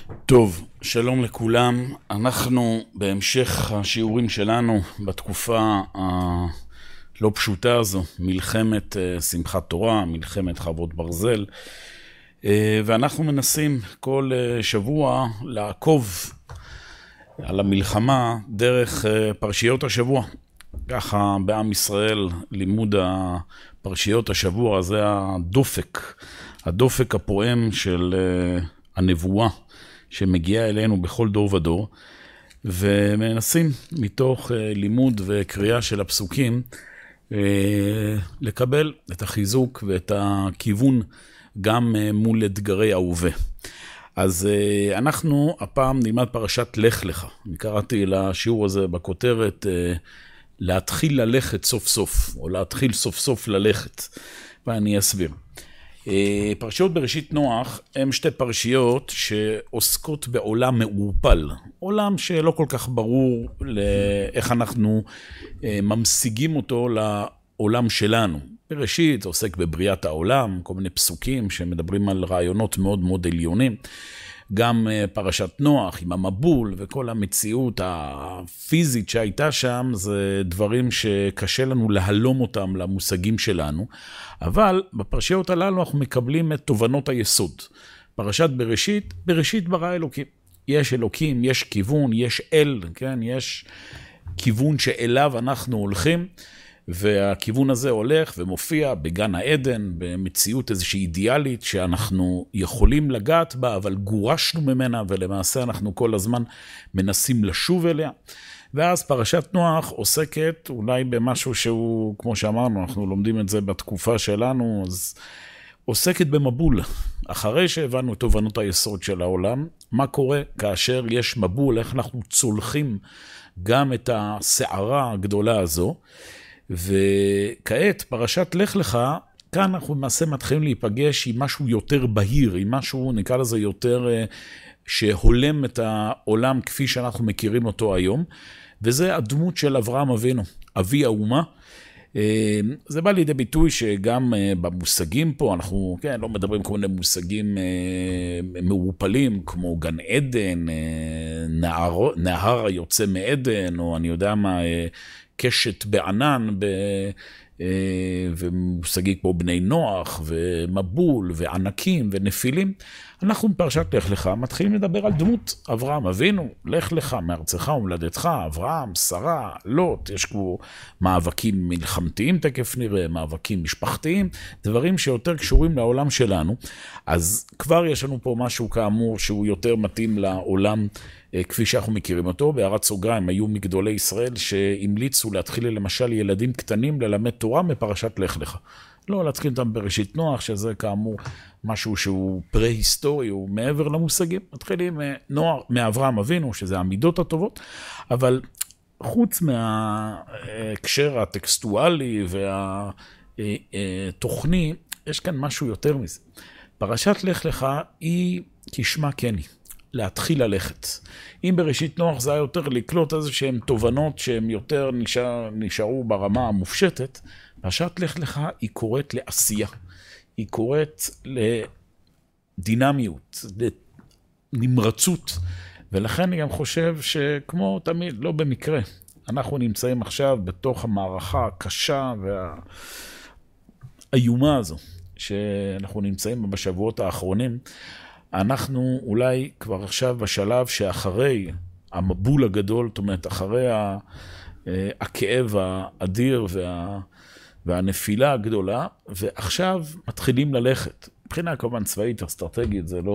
טוב, שלום לכולם. אנחנו בהמשך השיעורים שלנו בתקופה הלא פשוטה הזו, מלחמת שמחת תורה, מלחמת חרבות ברזל, ואנחנו מנסים כל שבוע לעקוב על המלחמה דרך פרשיות השבוע. ככה בעם ישראל לימוד הפרשיות השבוע זה הדופק הפועם של הנבואה שמגיעה אלינו בכל דור ודור, ומנסים מתוך לימוד וקריאה של הפסוקים לקבל את החיזוק ואת הכיוון גם מול אתגרי ההווה. אז אנחנו הפעם נלמד פרשת לך לך. אני קראתי לשיעור הזה בכותרת להתחיל ללכת סוף סוף, או להתחיל סוף סוף ללכת, ואני אסביר. פרשיות בראשית נוח הם שתי פרשיות שעוסקות בעולם מעורפל, עולם שלא כל כך ברור איך אנחנו ממשיגים אותו לעולם שלנו. בראשית עוסק בבריאת העולם, כל מיני פסוקים שמדברים על רעיונות מאוד מאוד עליונים, גם פרשת נוח עם המבול וכל המציאות הפיזית שהייתה שם, זה דברים שקשה לנו להלום אותם למושגים שלנו, אבל בפרשיות הללו אנחנו מקבלים את תובנות היסוד. פרשת בראשית, בראשית ברא אלוקים. יש אלוקים, יש כיוון, יש אל, כן? יש כיוון שאליו אנחנו הולכים, והכיוון הזה הולך ומופיע בגן העדן, במציאות איזושהי אידיאלית שאנחנו יכולים לגעת בה, אבל גורשנו ממנה, ולמעשה אנחנו כל הזמן מנסים לשוב אליה. ואז פרשת נוח עוסקת אולי במשהו שהוא, כמו שאמרנו, אנחנו לומדים את זה בתקופה שלנו, אז עוסקת במבול. אחרי שהבנו את תובנות היסוד של העולם, מה קורה כאשר יש מבול, איך אנחנו צולחים גם את הסערה הגדולה הזו, וכעת פרשת לך לך, כאן אנחנו למעשה מתחילים להיפגש עם משהו יותר בהיר, עם משהו נקרא לזה יותר שהולם את העולם כפי שאנחנו מכירים אותו היום, וזה הדמות של אברהם אבינו, אבי האומה. זה בא לידי ביטוי שגם במושגים פה, אנחנו לא מדברים כל מיני מושגים מעורפלים, כמו גן עדן, נהר היוצא מעדן, או אני יודע מה, קשת בענן, ומושגים כמו בני נוח, ומבול, וענקים, ונפילים. אנחנו בפרשת לך לך מתחילים לדבר על דמות אברהם אבינו, לך לך מארצך ומולדתך, אברהם, שרה, לוט, יש כמו מאבקים מלחמתיים תקף נראה, מאבקים משפחתיים, דברים שיותר קשורים לעולם שלנו. אז כבר יש לנו פה משהו כאמור שהוא יותר מתאים לעולם כפי שאנחנו מכירים אותו. בהערת סוגריים, היו מגדולי ישראל שהמליצו להתחיל למשל ילדים קטנים ללמד תורה מפרשת לך לך. לא להתחיל אותם בראשית נוח, שזה כאמור משהו שהוא פרה-היסטורי, הוא מעבר למושגים. מתחילים מאברהם אבינו, שזה המידות הטובות, אבל חוץ מהקשר הטקסטואלי והתוכני, יש כאן משהו יותר מזה. פרשת לך לך היא כשמה כן היא. להתחיל ללכת. אם בראשית נוח זה היה יותר לקלוט איזשהם תובנות שהן יותר נשארו ברמה המופשטת, פרשת לך לך היא קוראת לעשייה. היא קוראת לדינמיות, לנמרצות, ולכן אני גם חושב שכמו תמיד, לא במקרה, אנחנו נמצאים עכשיו בתוך המערכה הקשה והאיומה הזו, שאנחנו נמצאים בשבועות האחרונים, אנחנו אולי כבר עכשיו בשלב שאחרי המבול הגדול, זאת אומרת, אחרי הכאב האדיר והנפילה הגדולה, ועכשיו מתחילים ללכת. מבחינה כמובן צבאית, אסטרטגית, זה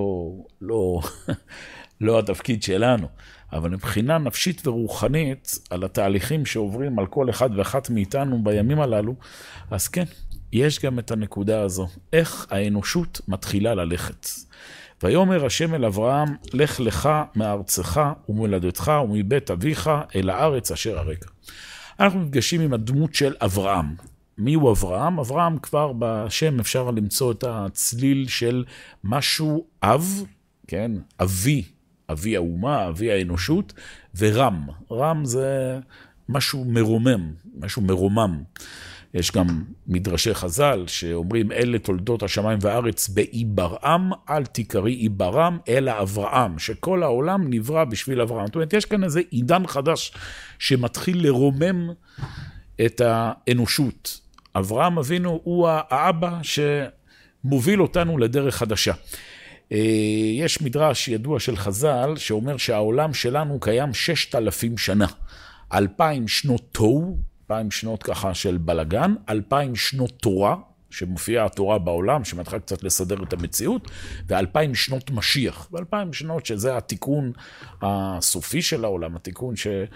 לא התפקיד שלנו, אבל מבחינה נפשית ורוחנית, על התהליכים שעוברים על כל אחד ואחת מאיתנו בימים הללו, אז כן, יש גם את הנקודה הזו, איך האנושות מתחילה ללכת. ויאמר השם אל אברהם, לך לך מארצך ומולדתך ומבית אביך אל הארץ אשר אראך. אנחנו נפגשים עם הדמות של אברהם. מי הוא אברהם? אברהם כבר בשם אפשר למצוא את הצליל של משהו אב, כן? אבי האומה, אבי האנושות, ורם. רם זה משהו מרומם, משהו מרומם. יש גם מדרשי חז"ל שאומרים, אלה תולדות השמיים והארץ בעיברם, אל תקראי עיברם, אלא אברהם, שכל העולם נברא בשביל אברהם. זאת אומרת, יש כאן איזה עידן חדש שמתחיל לרומם את האנושות. אברהם אבינו הוא האבא שמוביל אותנו לדרך חדשה. יש מדרש ידוע של חז"ל שאומר שהעולם שלנו קיים 6,000 שנה. 2,000 שנות תוהו, 2,000 שנות ככה של בלגן, 2,000 שנות תורה, שמופיעה התורה בעולם, שמתחילה קצת לסדר את המציאות, ו2,000 שנות משיח. ו2,000 שנות שזה התיקון הסופי של העולם, התיקון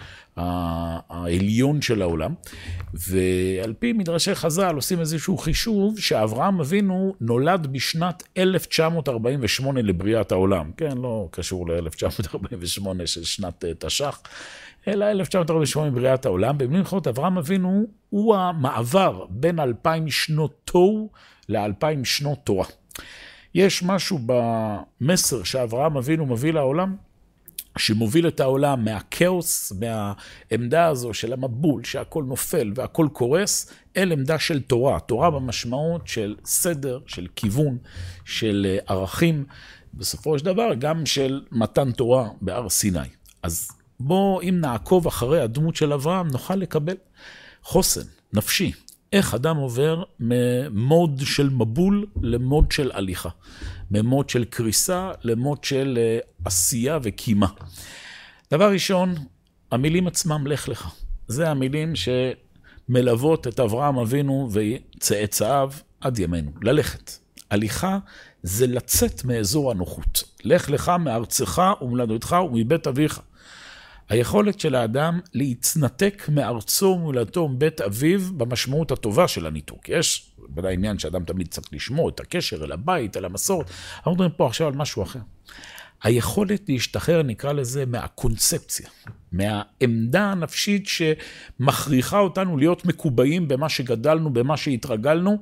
העליון של העולם. ועל פי מדרשי חז"ל עושים איזשהו חישוב, שאברהם אבינו נולד בשנת 1948 לבריאת העולם. כן, לא קשור ל-1948 של שנת תש"ח, אלא 1948 בריאת העולם. במילים אחרות, אברהם אבינו הוא המעבר בין 2,000 שנות תוהו ל2,000 שנות תורה. יש משהו במסר שאברהם אבינו מביא לעולם, שמוביל את העולם מהכאוס, מהעמדה הזו של המבול, שהכל נופל והכל קורס, אל עמדה של תורה. תורה במשמעות של סדר, של כיוון, של ערכים, בסופו של דבר גם של מתן תורה בהר סיני. אז בוא, אם נעקוב אחרי הדמות של אברהם, נוכל לקבל חוסן נפשי. איך אדם עובר ממוד של מבול למוד של הליכה. ממוד של קריסה למוד של עשייה וקימה. דבר ראשון, המילים עצמם לך לך. זה המילים שמלוות את אברהם אבינו וצאצאיו עד ימינו. ללכת. הליכה זה לצאת מאזור הנוחות. לך לך מארצך ומולדתך ומבית אביך. היכולת של האדם להתנתק מארצו ומולדתו ומבית אביו במשמעות הטובה של הניתוק. יש בוודאי עניין שאדם תמיד צריך לשמור את הקשר אל הבית, אל המסורת. אנחנו מדברים פה עכשיו על משהו אחר. היכולת להשתחרר, נקרא לזה, מהקונספציה, מהעמדה הנפשית שמכריחה אותנו להיות מקובעים במה שגדלנו, במה שהתרגלנו.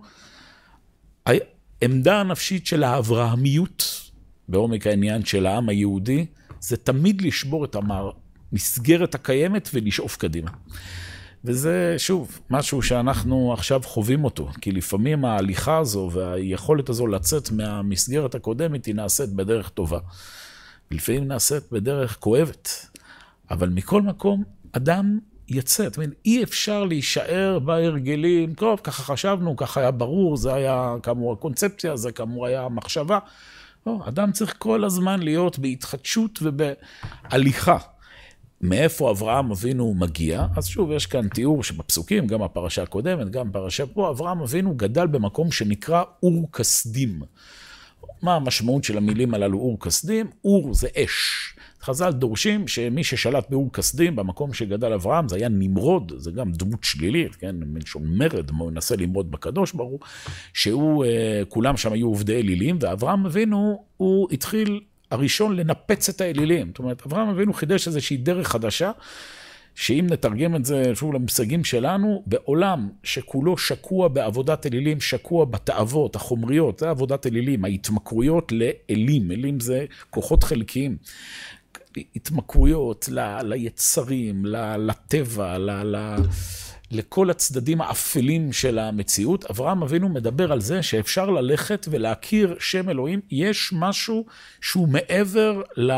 העמדה הנפשית של האברהמיות, בעומק העניין של העם היהודי, זה תמיד לשבור את המסגרת הקיימת ולשאוף קדימה. וזה שוב, משהו שאנחנו עכשיו חווים אותו, כי לפעמים ההליכה הזו והיכולת הזו לצאת מהמסגרת הקודמת היא נעשית בדרך טובה. ולפעמים נעשית בדרך כואבת. אבל מכל מקום, אדם יצא. זאת אומרת, אי אפשר להישאר בהרגלים, טוב, ככה חשבנו, ככה היה ברור, זה היה כאמור הקונספציה, זה כאמור היה המחשבה. לא, אדם צריך כל הזמן להיות בהתחדשות ובהליכה. מאיפה אברהם אבינו מגיע? אז שוב, יש כאן תיאור שבפסוקים, גם הפרשה הקודמת, גם פרשה פה, אברהם אבינו גדל במקום שנקרא אור כסדים. מה המשמעות של המילים הללו אור כסדים? אור זה אש. חז"ל דורשים שמי ששלט באור כסדים, במקום שגדל אברהם, זה היה נמרוד, זה גם דמות שלילית, כן? מלשון מרד, הוא מנסה למרוד בקדוש ברוך הוא, שהוא, כולם שם היו עובדי אלילים, ואברהם אבינו, הוא התחיל הראשון לנפץ את האלילים. זאת אומרת, אברהם אבינו חידש איזושהי דרך חדשה, שאם נתרגם את זה שוב למושגים שלנו, בעולם שכולו שקוע בעבודת אלילים, שקוע בתאוות, החומריות, זה עבודת אלילים, ההתמכרויות לאלים, אלים זה כוחות חלקיים, התמכרויות ליצרים, לטבע, לכל הצדדים האפלים של המציאות. אברהם אבינו מדבר על זה שאפשר ללכת ולהכיר שם אלוהים, יש משהו שהוא מעבר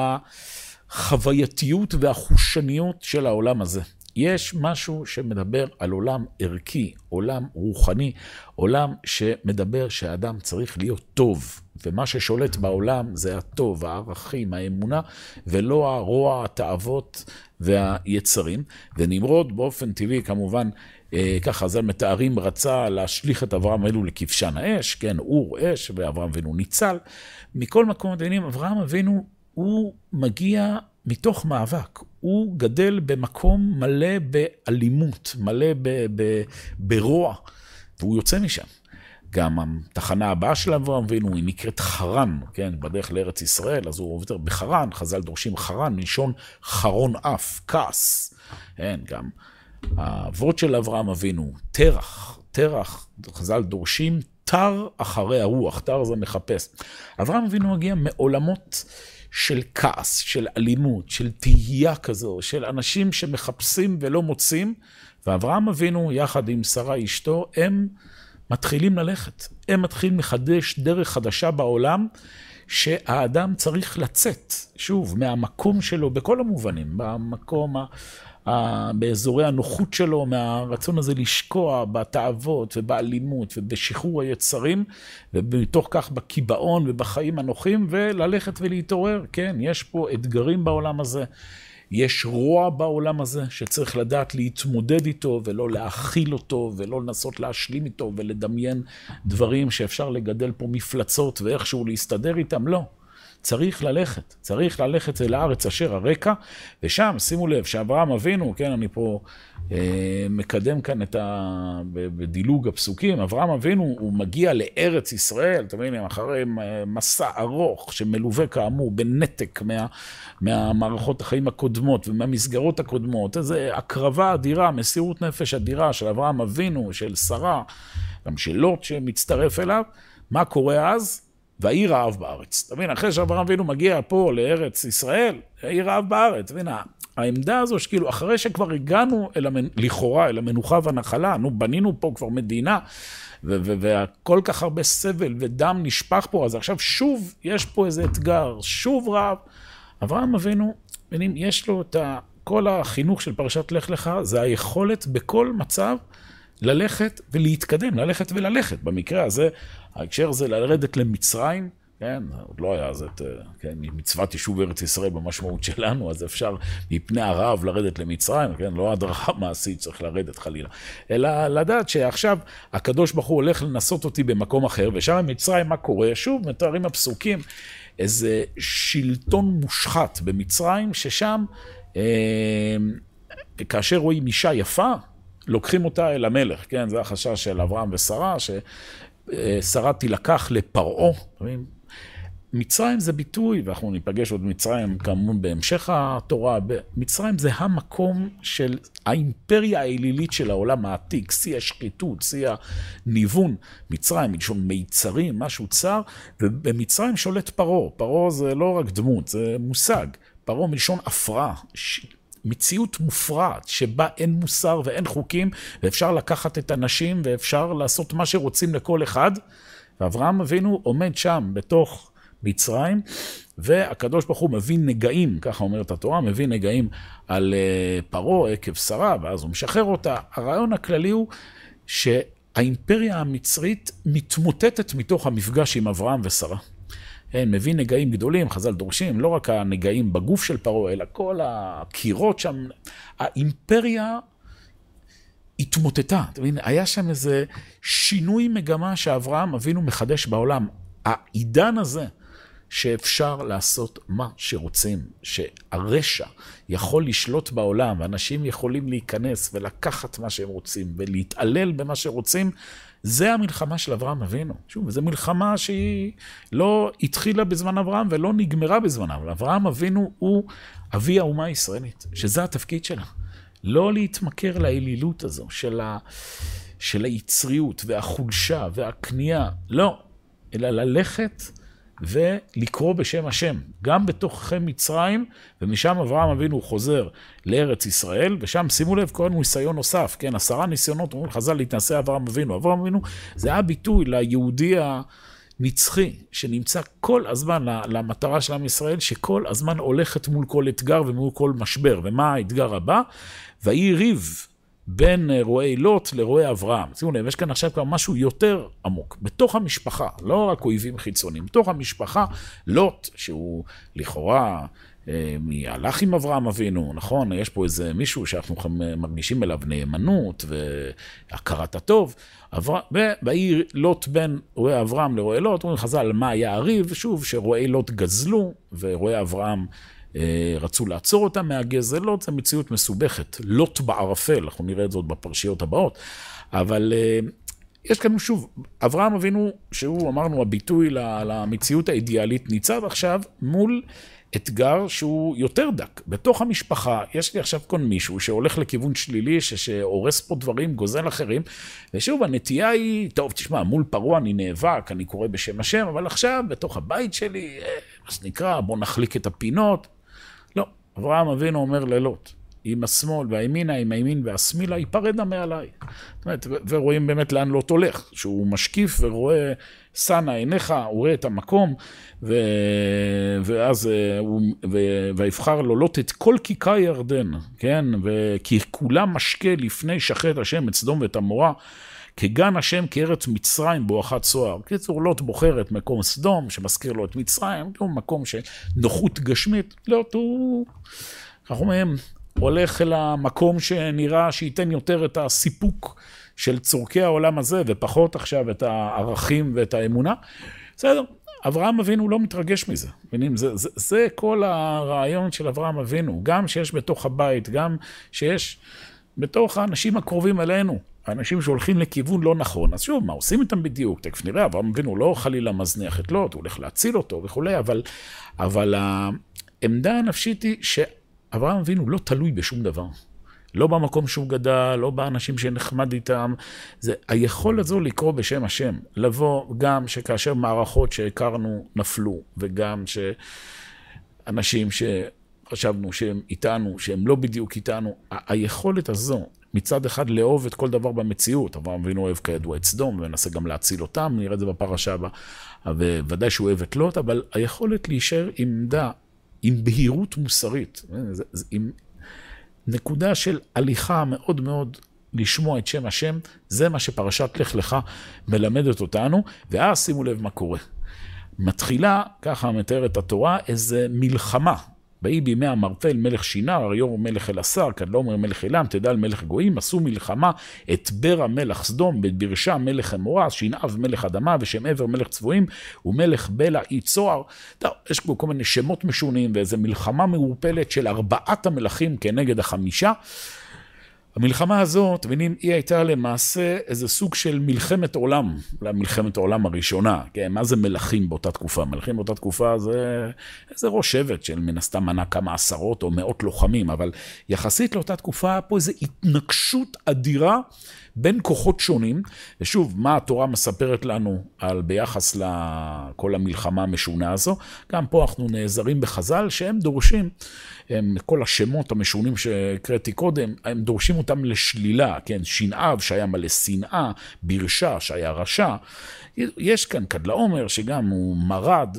לחווייתיות והחושניות של העולם הזה. יש משהו שמדבר על עולם ערכי, עולם רוחני, עולם שמדבר שהאדם צריך להיות טוב, ומה ששולט בעולם זה הטוב, הערכים, האמונה, ולא הרוע, התאוות והיצרים. ונמרוד באופן טבעי כמובן, ככה זה מתארים, רצה להשליך את אברהם אבינו לכבשן האש, כן, אור אש, ואברהם אבינו ניצל. מכל מקום מדיינים, אברהם אבינו הוא מגיע מתוך מאבק, הוא גדל במקום מלא באלימות, מלא ברוע, והוא יוצא משם. גם התחנה הבאה של אברהם אבינו היא נקראת חרן, כן, בדרך לארץ ישראל, אז הוא עובר בחרן, חז"ל דורשים חרן, מלשון חרון אף, כעס. כן, גם האבות של אברהם אבינו, תרח, חז"ל דורשים תר אחרי הרוח, תר זה מחפש. אברהם אבינו מגיע מעולמות של כעס, של אלימות, של תהייה כזו, של אנשים שמחפשים ולא מוצאים, ואברהם אבינו יחד עם שרה אשתו, הם מתחילים ללכת. הם מתחילים לחדש דרך חדשה בעולם, שהאדם צריך לצאת, שוב, מהמקום שלו, בכל המובנים, במקום, באזורי הנוחות שלו, מהרצון הזה לשקוע בתאוות ובאלימות ובשחרור היצרים, ובתוך כך בקיבעון ובחיים הנוחים, וללכת ולהתעורר. כן, יש פה אתגרים בעולם הזה, יש רוע בעולם הזה שצריך לדעת להתמודד איתו ולא להכיל אותו ולא לנסות להשלים איתו ולדמיין דברים שאפשר לגדל פה מפלצות ואיכשהו להסתדר איתם. לא. צריך ללכת אל הארץ אשר הרקע, ושם שימו לב שאברהם אבינו, כן, אני פה מקדם כאן בדילוג הפסוקים, אברהם אבינו הוא מגיע לארץ ישראל, אתם מבינים, אחרי מסע ארוך שמלווה כאמור בנתק מהמערכות החיים הקודמות ומהמסגרות הקודמות, איזו הקרבה אדירה, מסירות נפש אדירה של אברהם אבינו, של שרה, גם של לוט שמצטרף אליו. מה קורה אז? והיא רעב בארץ. אתה מבין, אחרי שאברהם אבינו מגיע פה לארץ ישראל, היא רעב בארץ. אתה מבין, העמדה הזו שכאילו אחרי שכבר הגענו לכאורה אל המנוחה והנחלה, בנינו פה כבר מדינה, וכל כך הרבה סבל ודם נשפך פה, אז עכשיו שוב יש פה איזה אתגר, שוב רעב. אברהם אבינו, יש לו את כל החינוך של פרשת לך לך, זה היכולת בכל מצב ללכת ולהתקדם, ללכת. במקרה הזה, ההקשר זה לרדת למצרים, כן, עוד לא היה זה, כן, מצוות יישוב ארץ ישראל במשמעות שלנו, אז אפשר מפני הרעב לרדת למצרים, כן, לא הדרכה מעשית צריך לרדת חלילה, אלא לדעת שעכשיו הקדוש ברוך הוא הולך לנסות אותי במקום אחר, ושם במצרים מה קורה? שוב, מתארים הפסוקים, איזה שלטון מושחת במצרים, ששם, כאשר רואים אישה יפה, לוקחים אותה אל המלך, כן, זה החשש של אברהם ושרה, ששרה תילקח לפרעה. מצרים זה ביטוי, ואנחנו ניפגש עוד מצרים כמובן בהמשך התורה, מצרים זה המקום של האימפריה האלילית של העולם העתיק, שיא השחיתות, שיא הניוון, מצרים, מלשון מיצרים, משהו צר, ובמצרים שולט פרעה, פרעה זה לא רק דמות, זה מושג, פרעה מלשון אפרה, מציאות מופרעת שבה אין מוסר ואין חוקים, ואפשר לקחת את הנשים ואפשר לעשות מה שרוצים לכל אחד, ואברהם אבינו עומד שם בתוך מצרים, והקדוש ברוך הוא מביא נגעים, ככה אומרת התורה, מביא נגעים על פרעה עקב שרה, ואז הוא משחרר אותה. הרעיון הכללי הוא שהאימפריה המצרית מתמוטטת מתוך המפגש עם אברהם ושרה. מביא נגעים גדולים, חז"ל דורשים, לא רק הנגעים בגוף של פרעה, אלא כל הקירות שם, האימפריה התמוטטה. אתה מבין, היה שם איזה שינוי מגמה שאברהם אבינו מחדש בעולם. העידן הזה שאפשר לעשות מה שרוצים, שהרשע יכול לשלוט בעולם, ואנשים יכולים להיכנס ולקחת מה שהם רוצים, ולהתעלל במה שרוצים, זה המלחמה של אברהם אבינו. שוב, זו מלחמה שהיא לא התחילה בזמן אברהם ולא נגמרה בזמן אברהם. אברהם אבינו הוא אבי האומה הישראלית, שזה התפקיד שלה. לא להתמכר לאלילות הזו של היצריות והחולשה והקנייה, לא, אלא ללכת ולקרוא בשם השם, גם בתוככם מצרים, ומשם אברהם אבינו חוזר לארץ ישראל, ושם שימו לב כל ניסיון נוסף, כן, 10 ניסיונות, אומרים חז"ל להתנסה אברהם אבינו. אברהם אבינו זה היה ביטוי ליהודי הנצחי, שנמצא כל הזמן למטרה של עם ישראל, שכל הזמן הולכת מול כל אתגר ומול כל משבר. ומה האתגר הבא? ויהי ריב בין רועי לוט לרועי אברהם. שימו לב, יש כאן עכשיו כבר משהו יותר עמוק. בתוך המשפחה, לא רק אויבים חיצוניים, בתוך המשפחה, לוט, שהוא לכאורה הלך עם אברהם אבינו, נכון? יש פה איזה מישהו שאנחנו מרגישים אליו נאמנות והכרת הטוב. ויהי לוט בין רועי אברהם לרועי לוט, אומרים חז"ל, מה היה הריב? שוב, שרועי לוט גזלו, ורועי אברהם רצו לעצור אותם מהגזל. לוט זה מציאות מסובכת, לוט בערפל, אנחנו נראה את זאת בפרשיות הבאות, אבל יש כאן שוב, אברהם אבינו, שהוא אמרנו הביטוי למציאות האידיאלית, ניצב עכשיו מול אתגר שהוא יותר דק. בתוך המשפחה יש לי עכשיו כאן מישהו שהולך לכיוון שלילי, שהורס פה דברים, גוזל אחרים, ושוב הנטייה היא, טוב תשמע, מול פרעה אני נאבק, אני קורא בשם השם, אבל עכשיו בתוך הבית שלי אז נקרא, בוא נחליק את הפינות. לא, אברהם אבינו אומר ללוט, עם השמאל והימינה, עם הימין והשמילה, ייפרדה מעליי. זאת אומרת, ורואים באמת לאן לוט הולך, שהוא משקיף ורואה, סנה עיניך, הוא רואה את המקום, ואז ויבחר לו לוט את כל כיכר ירדן, כן? וכי כולם משקה לפני שחט השם את סדום ואת עמורה, כגן השם כארץ מצרים בואכת צוהר. קיצור, לוט בוחר את מקום סדום, שמזכיר לו את מצרים, הוא מקום שנוחות גשמית. לוט הוא, אנחנו אומרים, הולך אל המקום שנראה שייתן יותר את הסיפוק של צורכי העולם הזה, ופחות עכשיו את הערכים ואת האמונה. בסדר, אברהם אבינו לא מתרגש מזה. זה כל הרעיון של אברהם אבינו, גם שיש בתוך הבית, גם שיש בתוך האנשים הקרובים אלינו, האנשים שהולכים לכיוון לא נכון. אז שוב, מה עושים איתם בדיוק? תכף נראה, אברהם אבינו לא חלילה מזניח את לוט, הוא הולך להציל אותו וכו', אבל העמדה הנפשית היא שאברהם אבינו לא תלוי בשום דבר. לא במקום שהוא גדל, לא באנשים שנחמד איתם. זה היכול הזו לקרוא בשם השם. לבוא גם שכאשר מערכות שהכרנו נפלו, וגם שאנשים שחשבנו שהם איתנו, שהם לא בדיוק איתנו, היכולת הזו, מצד אחד לאהוב את כל דבר במציאות. אברהם אבינו אוהב כידוע את סדום, וננסה גם להציל אותם, נראה את זה בפרשה הבאה, וודאי שהוא אוהב את לוט, אבל היכולת להישאר עם עמדה, עם בהירות מוסרית, עם נקודה של הליכה מאוד מאוד לשמוע את שם השם, זה מה שפרשת לך לך מלמדת אותנו, ואז שימו לב מה קורה. מתחילה, ככה מתארת התורה, איזה מלחמה. באי בימי המרפל מלך שינר, אריור מלך אלעשר, קדלומר מלך אילם, תדל מלך גויים, עשו מלחמה את ברה מלך סדום, בברשה מלך אמורה, שינאב מלך אדמה, ושם עבר מלך צבועים, ומלך בלה אי צוהר. טוב, יש פה כל מיני שמות משונים, ואיזו מלחמה מעורפלת של 4 המלכים כנגד 5. המלחמה הזאת, היא הייתה למעשה איזה סוג של מלחמת עולם, למלחמת העולם הראשונה. כן, מה זה מלכים באותה תקופה? מלכים באותה תקופה זה איזה ראש שבט של מן הסתם מנה כמה עשרות או מאות לוחמים, אבל יחסית לאותה תקופה פה איזו התנגשות אדירה בין כוחות שונים, ושוב, מה התורה מספרת לנו על ביחס לכל המלחמה המשונה הזו? גם פה אנחנו נעזרים בחז"ל שהם דורשים, כל השמות המשונים שהקראתי קודם, הם דורשים אותם לשלילה, כן? שינאב שהיה מלא שנאה, ברשה שהיה רשע, יש כאן קדלאומר שגם הוא מרד,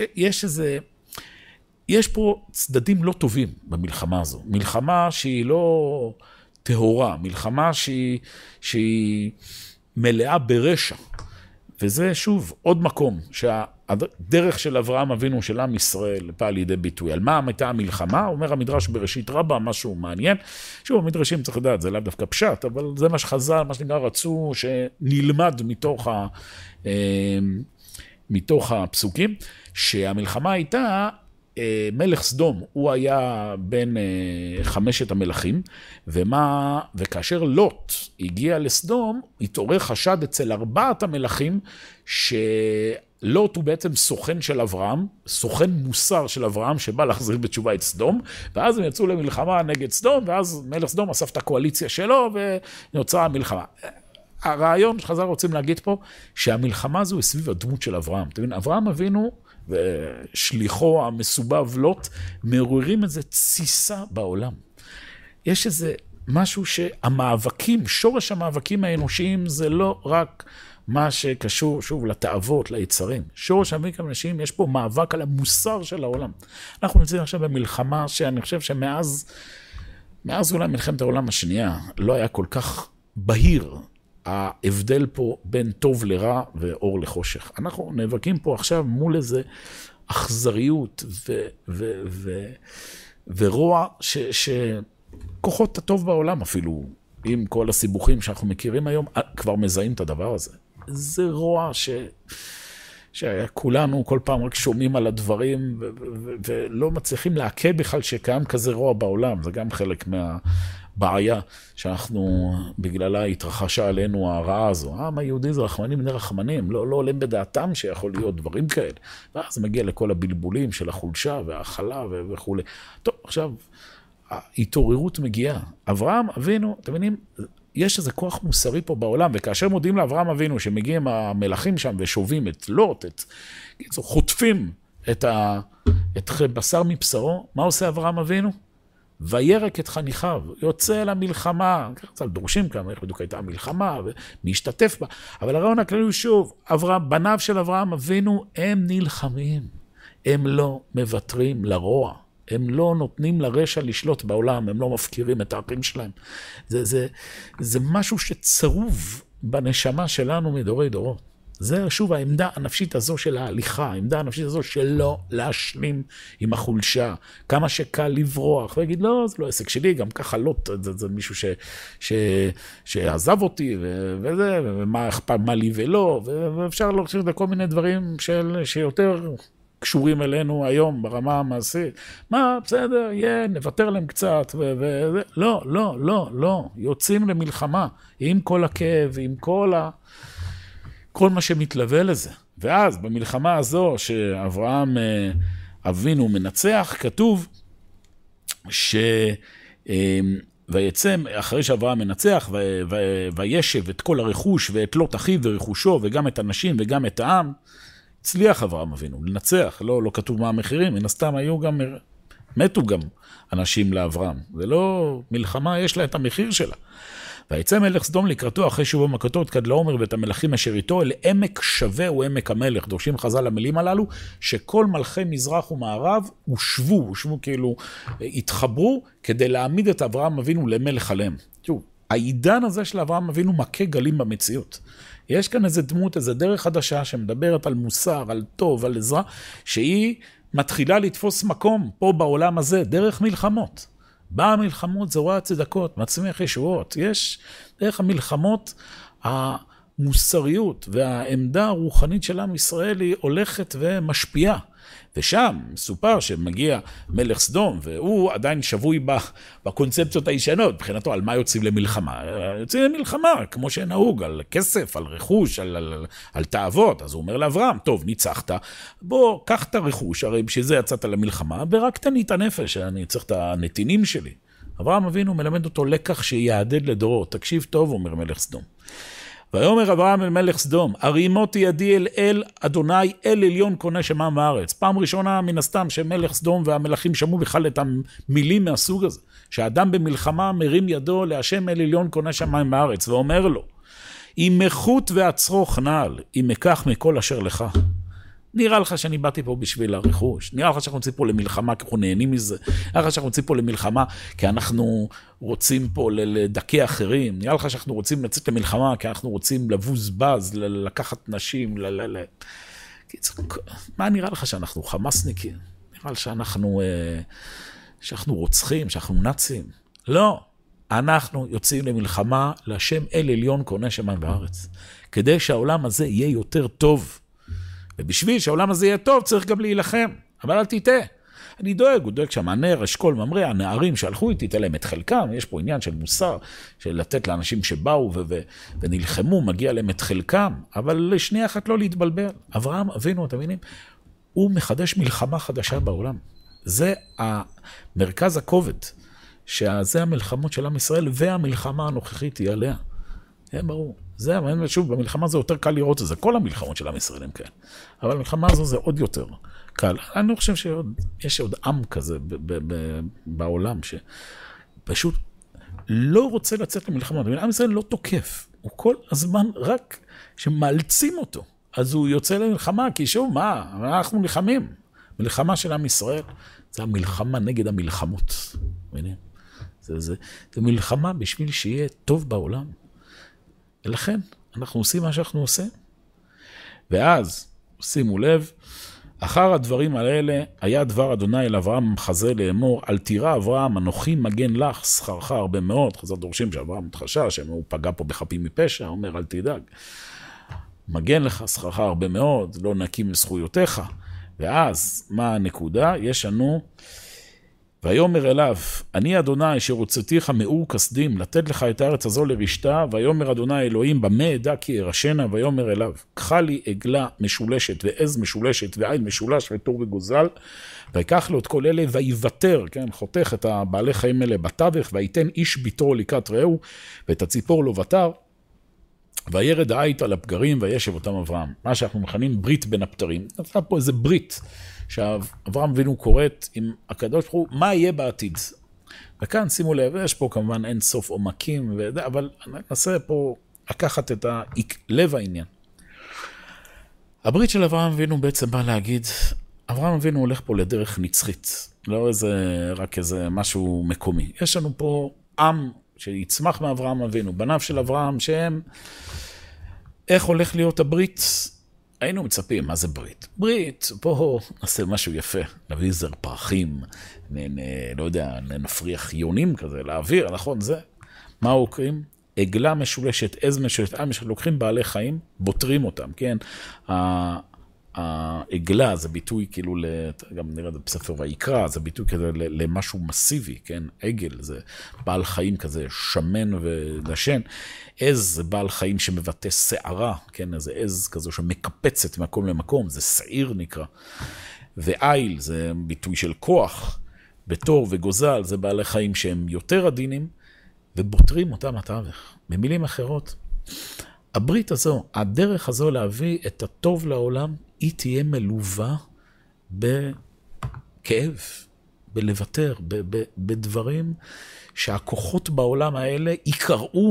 יש פה צדדים לא טובים במלחמה הזו, מלחמה שהיא לא טהורה, מלחמה שהיא מלאה ברשע. וזה שוב עוד מקום שהדרך של אברהם אבינו של עם ישראל פעל לידי ביטוי. על מה הייתה המלחמה? אומר המדרש בראשית רבה, משהו מעניין. שוב, המדרשים צריך לדעת, זה לא דווקא פשט, אבל זה מה שחז"ל, מה שנקרא, רצו שנלמד מתוך הפסוקים, שהמלחמה הייתה מלך סדום, הוא היה בין 5 המלכים, וכאשר לוט הגיע לסדום, התעורר חשד אצל 4 המלכים, שלוט הוא בעצם סוכן של אברהם, סוכן מוסר של אברהם, שבא להחזיר בתשובה את סדום, ואז הם יצאו למלחמה נגד סדום, ואז מלך סדום אסף את הקואליציה שלו, ונוצרה המלחמה. הרעיון שחז"ל רוצים להגיד פה, שהמלחמה הזו היא סביב הדמות של אברהם. אתם מבינים, אברהם אבינו ושליחו המסובב לוט מעוררים איזה תסיסה בעולם. יש איזה משהו שהמאבקים, שורש המאבקים האנושיים זה לא רק מה שקשור שוב לתאוות, ליצרים. שורש המאבקים האנושיים, יש פה מאבק על המוסר של העולם. אנחנו נמצאים עכשיו במלחמה שאני חושב שמאז אולי מלחמת העולם השנייה לא היה כל כך בהיר ההבדל פה בין טוב לרע ואור לחושך. אנחנו נאבקים פה עכשיו מול איזה אכזריות ורוע שכוחות הטוב בעולם אפילו, עם כל הסיבוכים שאנחנו מכירים היום, כבר מזהים את הדבר הזה. זה רוע שכולנו כל פעם רק שומעים על הדברים ולא מצליחים להקל בכלל שקיים כזה רוע בעולם. זה גם חלק בעיה שאנחנו בגללה התרחשה עלינו הרעה הזו. העם היהודי זה רחמנים בני רחמנים, לא עולים בדעתם שיכול להיות דברים כאלה. ואז מגיע לכל הבלבולים של החולשה והחלה וכו'. טוב, עכשיו, ההתעוררות מגיעה. אברהם אבינו, אתם מבינים, יש איזה כוח מוסרי פה בעולם, וכאשר מודיעים לאברהם אבינו שמגיעים המלכים שם ושובים את לוט, חוטפים את את בשר מבשרו, מה עושה אברהם אבינו? וירק את חניכיו, יוצא למלחמה, קצת דורשים כמה, איך בדיוק הייתה המלחמה, ומי בה, אבל הרעיון הכללי הוא שוב, בניו של אברהם אבינו, הם נלחמים, הם לא מוותרים לרוע, הם לא נותנים לרשע לשלוט בעולם, הם לא מפקירים את האחים שלהם. זה משהו שצרוב בנשמה שלנו מדורי דורות. זה שוב העמדה הנפשית הזו של ההליכה, העמדה הנפשית הזו שלא להשלים עם החולשה, כמה שקל לברוח, ויגיד לא, זה לא עסק שלי, גם ככה לא, זה מישהו שעזב אותי, וזה, ומה אכפת, מה לי ולא, ואפשר להחשב לכל מיני דברים שיותר קשורים אלינו היום ברמה המעשית. מה, בסדר, נוותר להם קצת, לא, לא, לא, לא, יוצאים למלחמה, עם כל הכאב, עם כל מה שמתלווה לזה. ואז במלחמה הזו שאברהם אבינו מנצח, כתוב ויצא אחרי שאברהם מנצח, וישב את כל הרכוש ואת לוט אחיו ורכושו, וגם את הנשים וגם את העם, הצליח אברהם אבינו לנצח. לא כתוב מה המחירים, מן הסתם מתו גם אנשים לאברהם. זה לא מלחמה, יש לה את המחיר שלה. ויצא מלך סדום לקראתו אחרי שובו מכתו את כדלעומר ואת המלכים אשר איתו, אל עמק שווה הוא עמק המלך. דורשים חז"ל המילים הללו, שכל מלכי מזרח ומערב הושבו כאילו התחברו כדי להעמיד את אברהם אבינו למלך עליהם. שוב, העידן הזה של אברהם אבינו מכה גלים במציאות. יש כאן איזה דמות, איזה דרך חדשה שמדברת על מוסר, על טוב, על עזרה, שהיא מתחילה לתפוס מקום פה בעולם הזה, דרך מלחמות. באה המלחמות, זרוע הצדקות, מצמיח ישועות. יש דרך המלחמות, המוסריות והעמדה הרוחנית של עם ישראל היא הולכת ומשפיעה. ושם סופר שמגיע מלך סדום, והוא עדיין שבוי בקונספציות הישנות, מבחינתו על מה יוצאים למלחמה. יוצאים למלחמה, כמו שנהוג, על כסף, על רכוש, על תאוות. אז הוא אומר לאברהם, טוב, ניצחת, בוא, קח את הרכוש, הרי בשביל זה יצאת למלחמה, ורק תני את הנפש, אני צריך את הנתינים שלי. אברהם אבינו מלמד אותו לקח שיעדד לדורות. תקשיב טוב, אומר מלך סדום. ויאמר אברהם אל מלך סדום, הרימותי ידי אל אדוני, אל עליון קונה שמיים וארץ. פעם ראשונה מן הסתם שמלך סדום והמלכים שמעו בכלל את המילים מהסוג הזה, שהאדם במלחמה מרים ידו להשם אל עליון קונה שמיים וארץ, ואומר לו, אם מחוט ועצרוך נעל, אם אקח מכל אשר לך. נראה לך שאני באתי פה בשביל הרכוש, נראה לך שאנחנו רוצים פה למלחמה כי אנחנו נהנים מזה, נראה לך שאנחנו רוצים פה למלחמה כי אנחנו רוצים פה לדכא אחרים, נראה לך שאנחנו רוצים לצאת למלחמה כי אנחנו רוצים לבוז בז, לקחת נשים, מה נראה לך שאנחנו חמאסניקים? נראה לך שאנחנו רוצחים, שאנחנו נאצים? לא, אנחנו יוצאים למלחמה להשם אל עליון קונה שמיים וארץ, כדי שהעולם הזה יהיה יותר טוב. ובשביל שהעולם הזה יהיה טוב, צריך גם להילחם. אבל אל תיתה. אני הוא דואג שהמענר, אשכול, ממריא, הנערים שהלכו איתי, תהיה להם את חלקם, יש פה עניין של מוסר, של לתת לאנשים שבאו ונלחמו, מגיע להם את חלקם, אבל לשנייה אחת לא להתבלבל. אברהם, אבינו, אתם מבינים? הוא מחדש מלחמה חדשה בעולם. זה המרכז הכובד, שזה המלחמות של עם ישראל, והמלחמה הנוכחית היא עליה. זה ברור. זה, שוב, במלחמה זה יותר קל לראות את זה. כל המלחמות של עם ישראל הם כאלה. אבל המלחמה הזו זה עוד יותר קל. אני חושב שיש עוד עם כזה בעולם, שפשוט לא רוצה לצאת למלחמה. עם ישראל לא תוקף. הוא כל הזמן רק שמאלצים אותו. אז הוא יוצא למלחמה, כי שוב, מה? אנחנו נלחמים. מלחמה של עם ישראל, זה המלחמה נגד המלחמות. זה מלחמה בשביל שיהיה טוב בעולם. ולכן אנחנו עושים מה שאנחנו עושים. ואז, שימו לב, אחר הדברים האלה, היה דבר אדוני אל אברהם חזה לאמור, אל תירא אברהם, אנוכי מגן לך, שכרך הרבה מאוד. חז"ל דורשים שאברהם מתחשש, שהוא פגע פה בחפים מפשע, אומר אל תדאג. מגן לך, שכרך הרבה מאוד, לא נקים זכויותיך. ואז, מה הנקודה? יש לנו, ויאמר אליו, אני אדוני שרוצתיך מאור כסדים, לתת לך את הארץ הזו לרשתה, ויאמר אדוני אלוהים, במה אדע כי ירשנה, ויאמר אליו, קחה לי עגלה משולשת, ועז משולשת, ועין משולש, ותור וגוזל, ויקח לו את כל אלה, ויוותר, כן, חותך את הבעלי חיים האלה בתווך, ויתן איש ביתו לקראת רעהו, ואת הציפור לו ותר, וירד העית על הפגרים, וישב אותם אברהם. מה שאנחנו מכנים ברית בין הפטרים. נפלה פה איזה ברית, עכשיו, אברהם אבינו קוראת עם הקדוש ברוך הוא, מה יהיה בעתיד? וכאן שימו לב, יש פה כמובן אין סוף עומקים, אבל ננסה פה לקחת את לב העניין. הברית של אברהם אבינו בעצם בא להגיד, אברהם אבינו הולך פה לדרך נצחית, לא רק איזה משהו מקומי. יש לנו פה עם שיצמח מאברהם אבינו, בניו של אברהם שהם, איך הולך להיות הברית? היינו מצפים, מה זה ברית? ברית, פה נעשה משהו יפה, נביא זר פרחים, לא יודע, נפריח יונים כזה, לאוויר, נכון זה? מה עוקרים? עגלה משולשת, עז משולשת, לוקחים בעלי חיים, בוטרים אותם, כן? העגלה זה ביטוי כאילו, גם נראה בספר ויקרא, זה ביטוי כזה למשהו מסיבי, כן? עגל זה בעל חיים כזה שמן ודשן. עז זה בעל חיים שמבטא שערה, כן? איזה עז כזו שמקפצת מקום למקום, זה שעיר נקרא. ועיל זה ביטוי של כוח, בתור וגוזל זה בעלי חיים שהם יותר עדינים, ובוטרים אותם התווך. במילים אחרות, הברית הזו, הדרך הזו להביא את הטוב לעולם, היא תהיה מלווה בכאב, בלוותר, בדברים שהכוחות בעולם האלה יקראו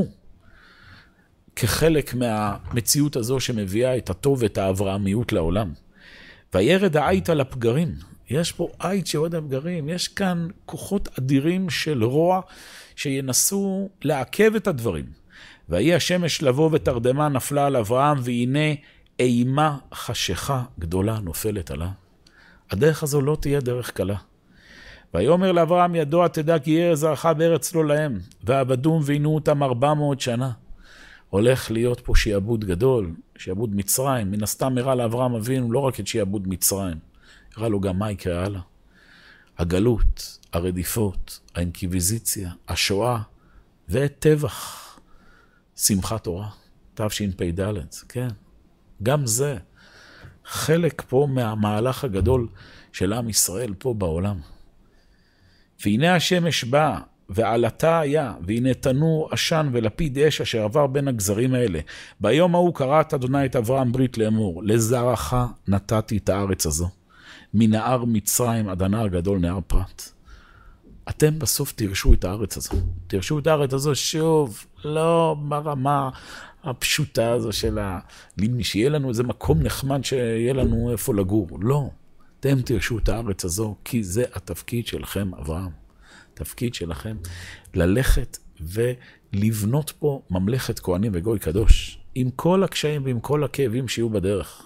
כחלק מהמציאות הזו שמביאה את הטוב ואת האברהמיות לעולם. וירד העית על הפגרים. יש פה עית שיורד על הפגרים, יש כאן כוחות אדירים של רוע שינסו לעכב את הדברים. ויהי השמש לבוא ותרדמה נפלה על אברהם, והנה אימה חשיכה גדולה נופלת עליו. הדרך הזו לא תהיה דרך קלה. ויאמר לאברהם ידוע תדע כי יהיה זרעך בארץ לא להם, ועבדום ועינו אותם 400 שנה. הולך להיות פה שיעבוד גדול, שיעבוד מצרים. מן הסתם הראה לאברהם אבינו לא רק את שיעבוד מצרים, הראה לו גם מה יקרה הלאה. הגלות, הרדיפות, האינקוויזיציה, השואה וטבח. שמחת תורה, תשפ"ד, כן. גם זה חלק פה מהמהלך הגדול של עם ישראל פה בעולם. והנה השמש בא, ועלתה היה, והנה תנור עשן ולפיד אש אשר עבר בין הגזרים האלה. ביום ההוא קראת אדוני את אברהם ברית לאמור, לזרעך נתתי את הארץ הזו, מנהר מצרים עד הנהר גדול נהר פרת. אתם בסוף תרשו את הארץ הזו. תרשו את הארץ הזו שוב, לא ברמה הפשוטה הזו של שיהיה לנו איזה מקום נחמד שיהיה לנו איפה לגור. לא. אתם תרשו את הארץ הזו, כי זה התפקיד שלכם, אברהם. התפקיד שלכם ללכת ולבנות פה ממלכת כהנים וגוי קדוש, עם כל הקשיים ועם כל הכאבים שיהיו בדרך.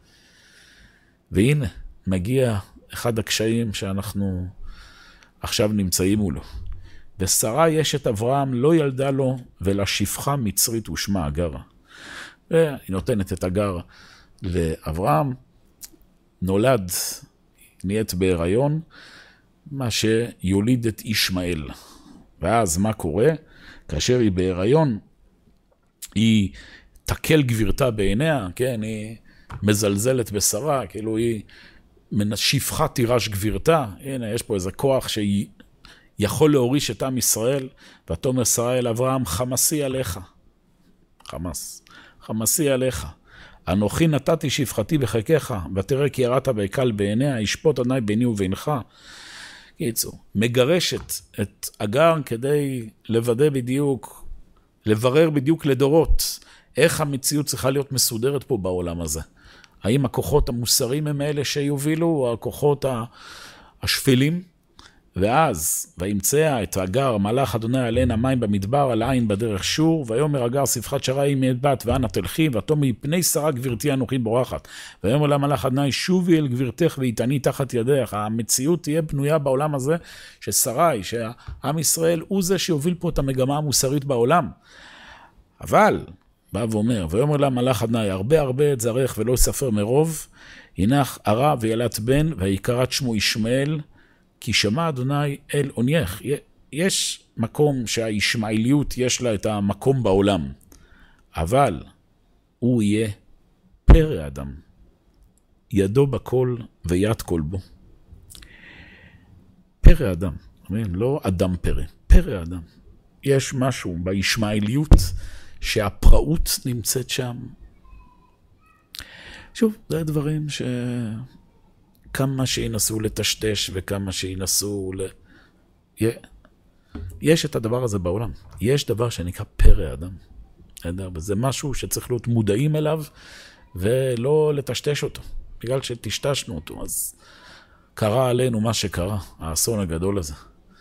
והנה, מגיע אחד הקשיים שאנחנו עכשיו נמצאים מולו. ושרה יש את אברהם לא ילדה לו, ולשפחה מצרית ושמה אגרה. והיא נותנת את אגר לאברהם, נולד, נהיית בהיריון, מה שיוליד את ישמעאל. ואז מה קורה? כאשר היא בהיריון, היא תקל גבירתה בעיניה, כן, היא מזלזלת בשרה, כאילו היא שפחה תירש גבירתה. הנה, יש פה איזה כוח שיכול להוריש את עם ישראל, ותאמר שרה אל אברהם, חמסי עליך. חמסי עליך. אנוכי נתתי שפחתי בחיקך, ותראה כי יראת בעקל בעיניה, ישפוט אדוני ביני ובינך. קיצור, מגרשת את אגר כדי לוודא בדיוק, לברר בדיוק לדורות, איך המציאות צריכה להיות מסודרת פה בעולם הזה. האם הכוחות המוסריים הם אלה שיובילו, או הכוחות השפלים? ואז, וימצא את אגר, מלאך אדוני עליהן המים במדבר, על עין בדרך שור, ויאמר אגר שפחת שרה היא מאת בת, ואנה תלכי, ותאמר מפני שרה גבירתי אנוכי בורחת. ויאמר לה מלאך אדוני, שובי אל גבירתך ואיתני תחת ידך. המציאות תהיה בנויה בעולם הזה, ששרי, שהעם ישראל הוא זה שיוביל פה את המגמה המוסרית בעולם. אבל, בא ואומר, ויאמר לה מלאך אדוני, הרבה את זרעך ולא יספר מרוב, הינך ערה וילדת בן, ויקראת שמו ישמעאל, כי שמע אדוני אל עונייך. יש מקום שהישמעאליות יש לה את המקום בעולם, אבל הוא יהיה פרא אדם, ידו בכל ויד כל בו. פרא אדם, לא אדם פרא, פרא אדם. יש משהו בישמעאליות שהפראות נמצאת שם. שוב, זה דברים כמה שינסו לטשטש וכמה שינסו יש את הדבר הזה בעולם. יש דבר שנקרא פרא אדם. זה משהו שצריך להיות מודעים אליו ולא לטשטש אותו. בגלל שטשטשנו אותו, אז קרה עלינו מה שקרה, האסון הגדול הזה.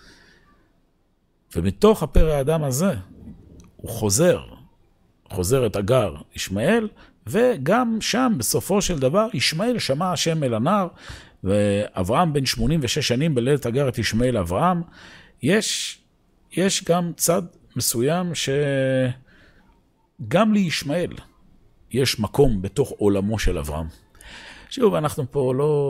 ומתוך הפרא האדם הזה, הוא חוזר את הגר ישמעאל, וגם שם בסופו של דבר ישמעאל שמע השם אל הנער, ואברהם בן 86 שנים בלדת הגר את ישמעאל אברהם. יש גם צד מסוים שגם לישמעאל יש מקום בתוך עולמו של אברהם. שוב, אנחנו פה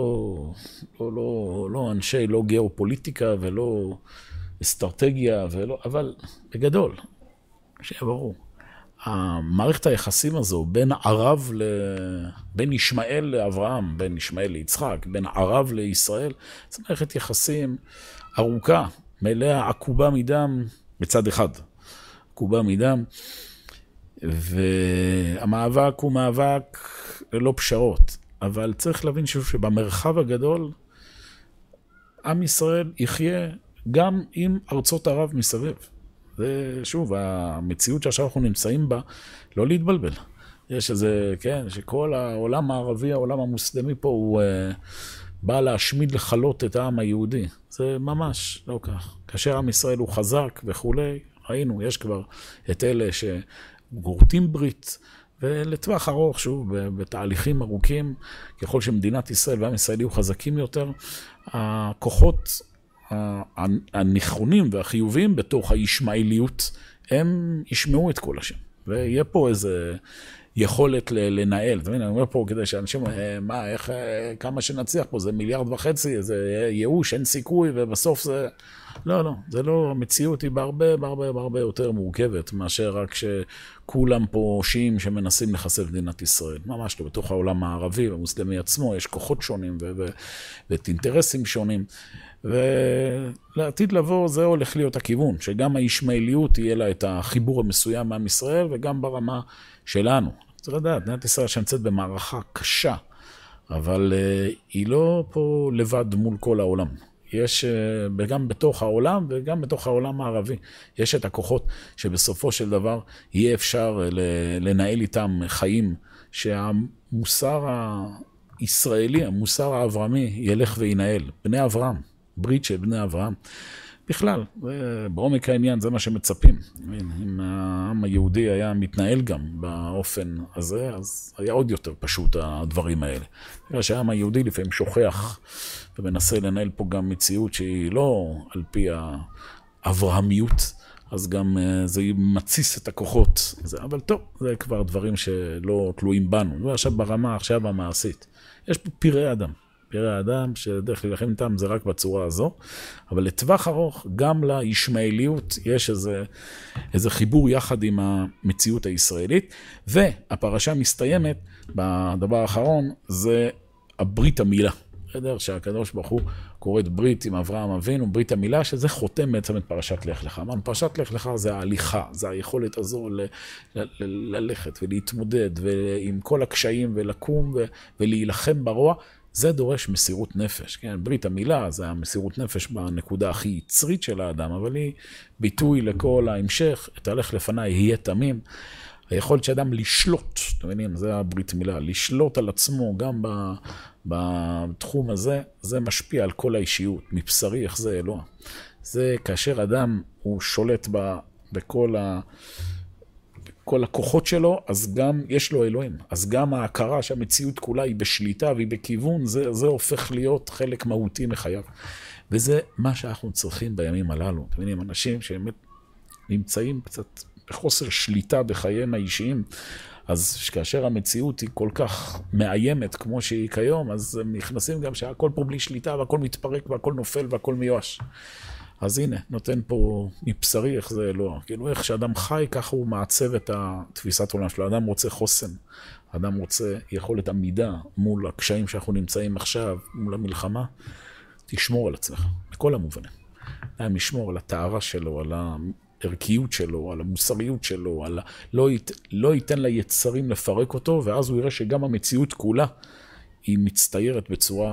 לא אנשי, לא גיאופוליטיקה ולא אסטרטגיה, אבל בגדול, שיהיה ברור. המערכת היחסים הזו בין ישמעאל לאברהם, בין ישמעאל ליצחק, בין ערב לישראל, זו מערכת יחסים ארוכה, מלאה עקובה מדם בצד אחד. עקובה מדם, והמאבק הוא מאבק ללא פשרות. אבל צריך להבין שבמרחב הגדול, עם ישראל יחיה גם עם ארצות ערב מסביב. ושוב, המציאות שעכשיו אנחנו נמצאים בה, לא להתבלבל. יש איזה, כן, שכל העולם הערבי, העולם המוסלמי פה, הוא בא להשמיד לחלות את העם היהודי. זה ממש לא כך. כאשר עם ישראל הוא חזק וכולי, ראינו, יש כבר את אלה שגורטים ברית, ולטווח ארוך, שוב, בתהליכים ארוכים, ככל שמדינת ישראל ועם ישראל יהיו חזקים יותר, הכוחות הנכונים והחיוביים בתוך הישמעאליות, הם ישמעו את כל השם. ויהיה פה איזה יכולת לנהל. אתה מבין, אני אומר פה כדי שאנשים, כמה שנצליח פה, זה 1.5 מיליארד, זה ייאוש, אין סיכוי, ובסוף זה... לא, זה לא, המציאות היא בהרבה יותר מורכבת, מאשר רק שכולם פה שיעים שמנסים לחשף מדינת ישראל. ממש לא, בתוך העולם הערבי והמוסלמי עצמו, יש כוחות שונים ואת אינטרסים שונים. ולעתיד לבוא זה הולך להיות הכיוון, שגם הישמעאליות יהיה לה את החיבור המסוים מעם ישראל, וגם ברמה שלנו. צריך לדעת, מדינת ישראל שנמצאת במערכה קשה, אבל היא לא פה לבד מול כל העולם. יש גם בתוך העולם וגם בתוך העולם הערבי. יש את הכוחות שבסופו של דבר יהיה אפשר לנהל איתם חיים, שהמוסר הישראלי, המוסר האברהמי ילך וינהל. בני אברהם, ברית של בני אברהם. בכלל, בעומק העניין זה מה שמצפים. אם העם היהודי היה מתנהל גם באופן הזה, אז היה עוד יותר פשוט הדברים האלה. בגלל שהעם היהודי לפעמים שוכח ומנסה לנהל פה גם מציאות שהיא לא על פי האברהמיות, אז גם זה מציס את הכוחות. אבל טוב, זה כבר דברים שלא תלויים בנו. ועכשיו ברמה, עכשיו המעשית. יש פה פראי אדם. פראי האדם שדרך להילחם איתם זה רק בצורה הזו, אבל לטווח ארוך גם לישמעאליות יש איזה חיבור יחד עם המציאות הישראלית, והפרשה מסתיימת בדבר האחרון, זה הברית המילה. שהקדוש ברוך הוא קוראת ברית עם אברהם אבינו, ברית המילה, שזה חותם בעצם את פרשת לך לך. פרשת לך לך זה ההליכה, זה היכולת הזו ללכת ולהתמודד ועם כל הקשיים ולקום ולהילחם ברוע. זה דורש מסירות נפש, כן? ברית המילה זה המסירות נפש בנקודה הכי יצרית של האדם, אבל היא ביטוי לכל ההמשך, תהלך לפניי, יהיה תמים. היכולת שאדם לשלוט, אתם מבינים, זה הברית מילה, לשלוט על עצמו גם בתחום הזה, זה משפיע על כל האישיות, מבשרי איך זה אלוה. זה כאשר אדם הוא שולט בכל כל הכוחות שלו, אז גם יש לו אלוהים. אז גם ההכרה שהמציאות כולה היא בשליטה והיא בכיוון, זה הופך להיות חלק מהותי מחייו. וזה מה שאנחנו צריכים בימים הללו. אתם מבינים, אנשים שבאמת נמצאים קצת בחוסר שליטה בחייהם האישיים, אז כאשר המציאות היא כל כך מאיימת כמו שהיא כיום, אז הם נכנסים גם שהכל פה בלי שליטה והכל מתפרק והכל נופל והכל מיואש. אז הנה, נותן פה מבשרי איך זה אלוה. כאילו איך שאדם חי, ככה הוא מעצב את התפיסת עולם שלו. אדם רוצה חוסן, אדם רוצה יכולת עמידה מול הקשיים שאנחנו נמצאים עכשיו, מול המלחמה. תשמור על עצמך, בכל המובנים. אדם ישמור על הטהרה שלו, על הערכיות שלו, על המוסריות שלו, לא ייתן ליצרים לפרק אותו, ואז הוא יראה שגם המציאות כולה היא מצטיירת בצורה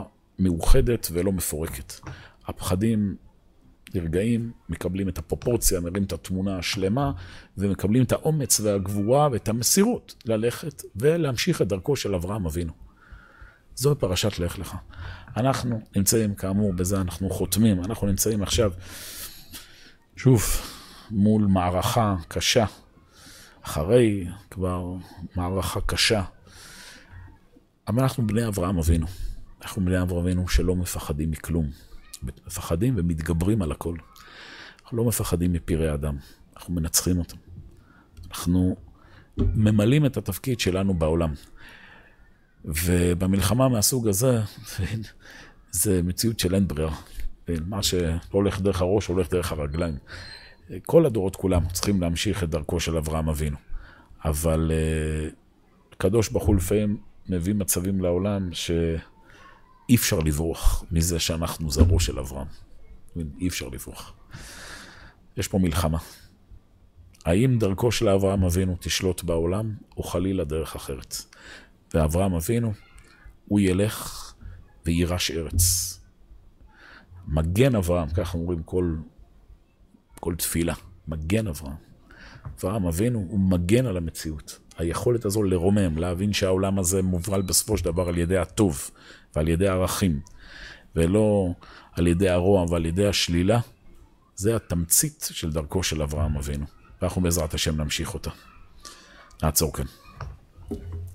מאוחדת ולא מפורקת. הפחדים נרגעים, מקבלים את הפרופורציה, מראים את התמונה השלמה, ומקבלים את האומץ והגבורה ואת המסירות ללכת ולהמשיך את דרכו של אברהם אבינו. זו פרשת לך לך. אנחנו נמצאים, כאמור, בזה אנחנו חותמים, אנחנו נמצאים עכשיו, שוב, מול מערכה קשה, אחרי כבר מערכה קשה, אבל אנחנו בני אברהם אבינו. אנחנו בני אברהם אבינו שלא מפחדים מכלום. מפחדים ומתגברים על הכל. אנחנו לא מפחדים מפירי אדם. אנחנו מנצחים אותם. אנחנו ממלאים את התפקיד שלנו בעולם. ובמלחמה מהסוג הזה, זה מציאות של אין ברירה. מה שלא הולך דרך הראש, הולך דרך הרגליים. כל הדורות כולם צריכים להמשיך את דרכו של אברהם אבינו. אבל קדוש ברוך הוא לפעמים מביא מצבים לעולם שאי אפשר לברוח מזה שאנחנו זרעו של אברהם. אי אפשר לברוח. יש פה מלחמה. האם דרכו של אברהם אבינו תשלוט בעולם, או חלילה דרך אחרת? ואברהם אבינו, הוא ילך וירש ארץ. מגן אברהם, כך אומרים כל תפילה, מגן אברהם. אברהם אבינו הוא מגן על המציאות. היכולת הזו לרומם, להבין שהעולם הזה מובל בסופו של דבר על ידי הטוב ועל ידי הערכים, ולא על ידי הרוע ועל ידי השלילה, זה התמצית של דרכו של אברהם אבינו. ואנחנו בעזרת השם נמשיך אותה. נעצור כאן.